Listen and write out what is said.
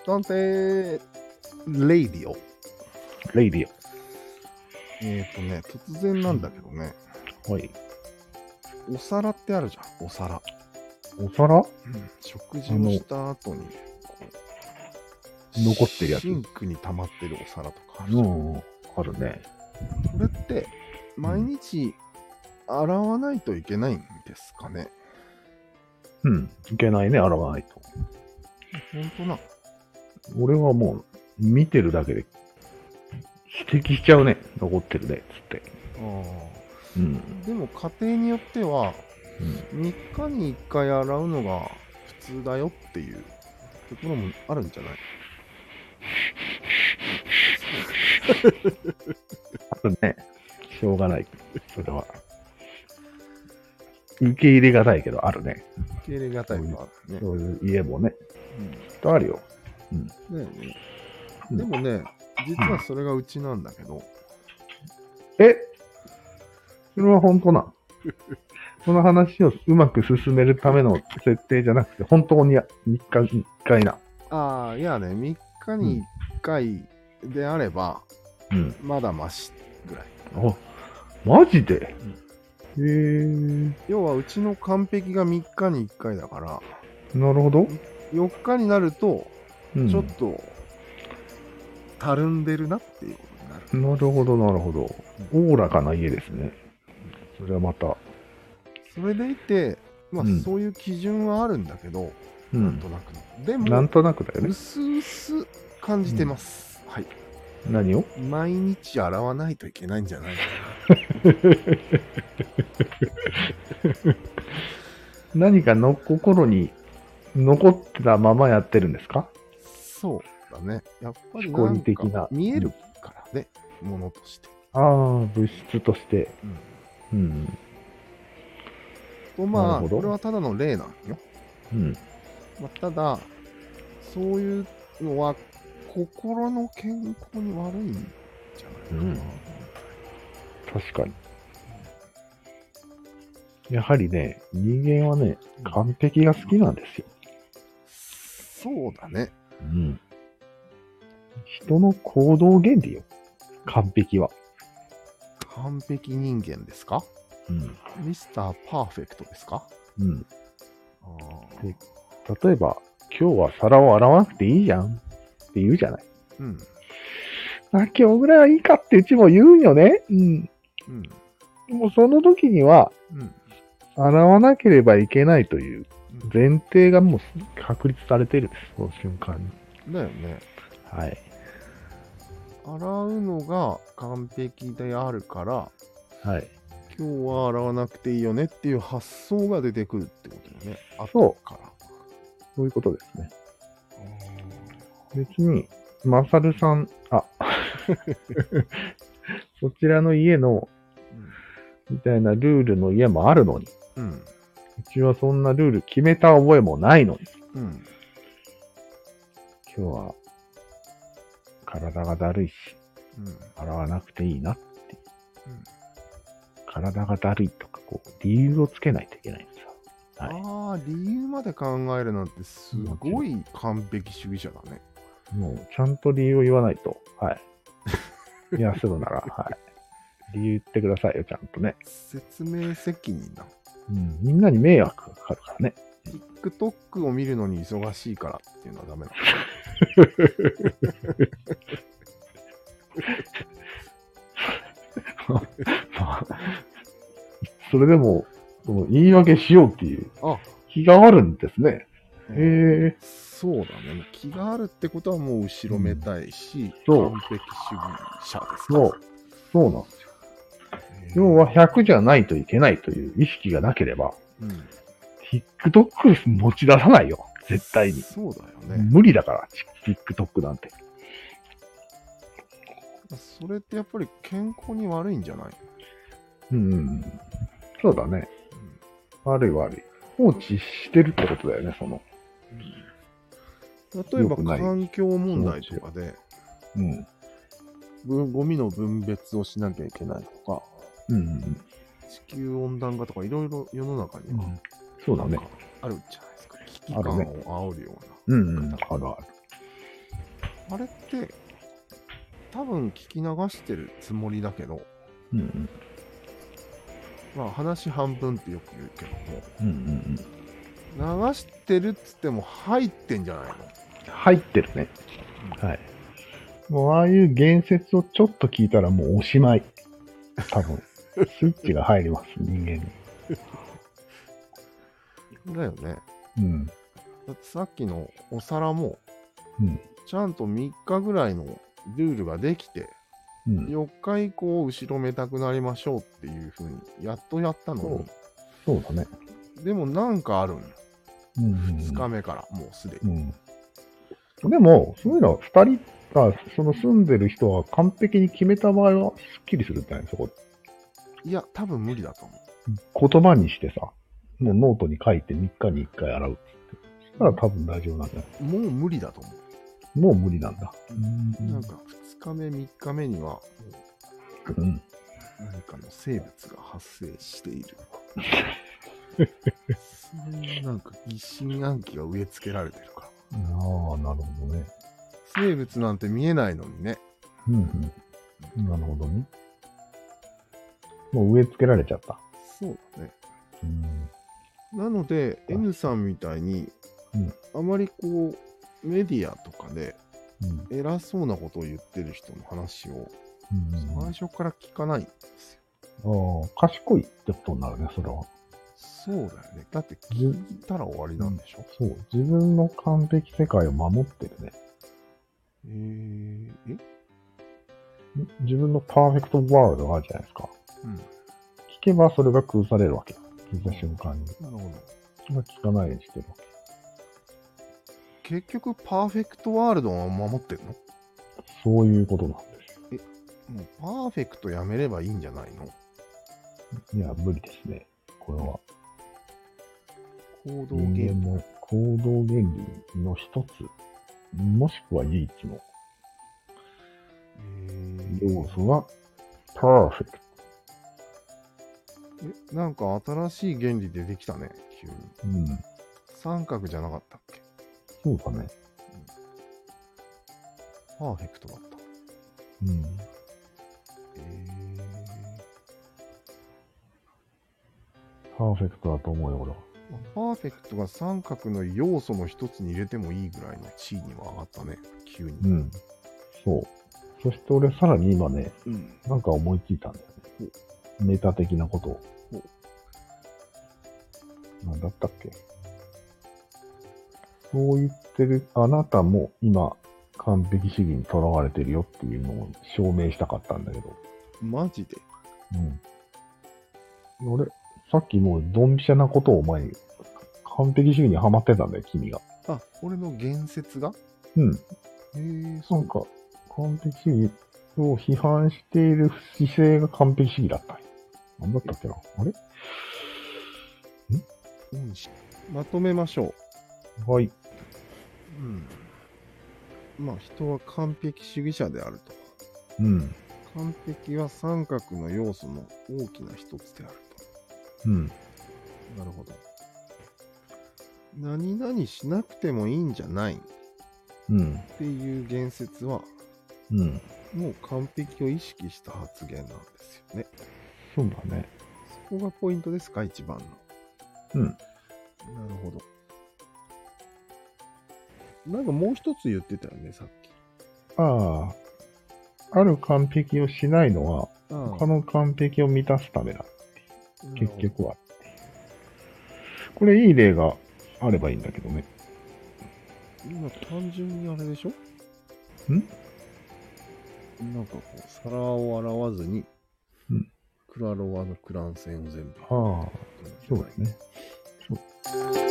探偵レイディオ。 レイディ突然なんだけどね、 オ。はい。 お皿ってあるじゃん、お皿。 お皿食事をした後に、 残ってるやつシンクに溜まってるお皿とかあるじゃん。 うん。あるね。 これって、毎日洗わないといけないんですかね。 うん。いけないね、洗わないと。 ほんとな。 俺はもう、見てるだけで、指摘しちゃうね。残ってるね、つって。うん。 でも家庭によっては、 うん。 3日に1回洗うのが普通だよっていうところもあるんじゃない？ あるね。しょうがない。それは。受け入れがたいけど、あるね。 受け入れがたいのがあるね。 そういう家もね。きっとあるよ。 だよね。 うんでもね、実はそれがうちなんだけど、 え、それは本当な。その話をうまく進めるための設定じゃなくて、本当に3日に1回な。 いやね、3日に1回であれば、 うん。 まだマシぐらい。 あ、マジで、 要はうちの完璧が3日に1回だから、 なるほど。 4日になると、 うん。 ちょっと、たるんでるなっていうことになる。 なるほど、なるほど。おおらかな家ですね。それはまた。 それでいて、まあ、 うんそういう基準はあるんだけど、なんとなくの。でも、 なんとなくだよね。 うすうす感じてます。はい。 何を毎日洗わないといけないんじゃないか何かの心に残ってたままやってるんですか？ な。そうだね。やっぱり思考なんか的な見えるからね、ものとして。 ああ、物質として。うん。 まあ、 なるほどこれはただの例なんよ。 うん。 まあ、ただ、そういうのは心の健康に悪いんじゃないかな。 確かに。やはりね、人間はね、完璧が好きなんですよ。 そうだね。 うん。人の行動原理よ。完璧は。 完璧人間ですか？ うん。 ミスターパーフェクトですか？ うん。 あで例えば、今日は皿を洗わなくていいじゃんって言うじゃない。 うん。 あ、今日ぐらいはいいかってうちも言うんよね。うん。 うん。 でもその時には、 うん。 洗わなければいけないといううん前提がもう確立されているんです。その瞬間に。 だよね。 はい。 洗うのが完璧であるから、 はい。 今日は洗わなくていいよねっていう発想が出てくるってことだよね。 そう後から。 そういうことですね。別に、マサルさん、そちらの家の、みたいなルールの家もあるのに、 うん。 うちはそんなルール決めた覚えもないのに、 うん。 今日は体がだるいし、 うん。 洗わなくていいなって、 うん体がだるいとか、こう、理由をつけないといけないんですよ。はい。 理由まで考えるなんてすごい完璧主義者だね。 もう、ちゃんと理由を言わないと、はい。休むなら、はい。理由言ってくださいよ、ちゃんとね。 説明責任だ。 みんなに迷惑がかかるからね。 TikTok を見るのに忙しいからっていうのはダメだ。 それでも、その言い訳しようっていう気があるんですね。へえ。 そうだね。気があるってことはもう後ろめたいし、 そう完璧主義者ですか。 そうなんですよ。要は100じゃないといけないという意識がなければ、TikTok 持ち出さないよ。絶対に。 そうだよね。 無理だから、TikTok なんて。 それってやっぱり健康に悪いんじゃない？ そうだね。悪い悪い。放置してるってことだよね、その。 例えば環境問題とかで、ゴミの分別をしなきゃいけないとか、地球温暖化とかいろいろ世の中には、 そうだね。 あるじゃないですか。危機感を煽るような。 あるある。 あれって多分聞き流してるつもりだけど、 うんうん。 まあ話半分ってよく言うけども、 うんうんうん。 流してるっつっても入ってんじゃないの？ 入ってるね。はい。もうああいう言説をちょっと聞いたらもうおしまい。多分。スイッチが入ります、人間に。 だよね。 うん。 だってさっきのお皿も、 うん。 ちゃんと3日ぐらいのルールができて、 うん。 4日以降後ろめたくなりましょうっていう風にやっとやったのに、 そうだね。 でもなんかあるんよ。 うんうんうん。 2日目からもうすでに。 うん。でも、そういうのは二人が、その住んでる人は完璧に決めた場合はすっきりするんじゃないそこ。 いや、多分無理だと思う。 言葉にしてさ、もうノートに書いて3日に1回洗うっつって。そしたら多分大丈夫なんだよ。 もう無理だと思もう無理なんだ。 う。なんか2日目、3日目には、もうん。 う何かの生物が発生している。そういうなんか疑心暗鬼が植え付けられてるから。 ああ、なるほどね。 生物なんて見えないのにね。 うんうん。なるほどね。もう植え付けられちゃった。 そうだね。 うん。 なので、N さんみたいに、あまりこう、メディアとかでうん。 偉そうなことを言ってる人の話をうん。 最初から聞かないんですよ。 ああ、賢いってことになるね、それは。 そうだよね。だって聞いたら終わりなんでしょ。 そう。自分の完璧世界を守ってるね。自分のパーフェクトワールドがあるじゃないですか。 うん。 聞けばそれが崩されるわけ。聞いた瞬間に。 なるほど。 それは聞かないようにしてるわけ。 結局、パーフェクトワールドを守ってるの？ そういうことなんですよ。 もうパーフェクトやめればいいんじゃないの？ いや、無理ですね。これは。 行動原理。 人間の行動原理の一つ、もしくは唯一の要素が、パーフェクなんか新しい原理でできたね、急に。 ト。うん。 三角じゃなかったっけ？ そうだね。 パーフェクトだった。 うん。パーフェクトだと思うよ、俺は。 パーフェクトが三角の要素の一つに入れてもいいぐらいの地位には上がったね、急に。 うん。そう。そして俺さらに今ね、 うん。 なんか思いついたんだよね。メタ的なことを。なんだったっけ？そう言ってる、あなたも今、完璧主義にとらわれてるよっていうのを証明したかったんだけど。 マジで？ うん。俺、さっきもうドンピシャなことを前に、完璧主義にはまってたんだよ、君が。 あ、俺の言説が？ うん。 そうなんか、完璧主義を批判している姿勢が完璧主義だったんよ。なんだったっけな？あれ？ まとめましょはい。 う。まあ、人は完璧主義者であると。 うん。 完璧は三角の要素の大きな一つであるうん。 と。なるほど。何々しなくてもいいんじゃないっうん。 ていう言説は、 うん。 もう完璧を意識した発言なんですよね。 そうだね。 そこがポイントですか、一番の。 うん。 なるほど。なんかもう一つ言ってたよね、さっき。 ああ、ある完璧をしないのは、 あ他の完璧を満たすためだ。 あ、 結局は。これいい例があればいいんだけどね。 今単純にあれでしょ？なんかこう、皿を洗わずに、クラロワのクラン線を全部。 ああ、そうですね。そう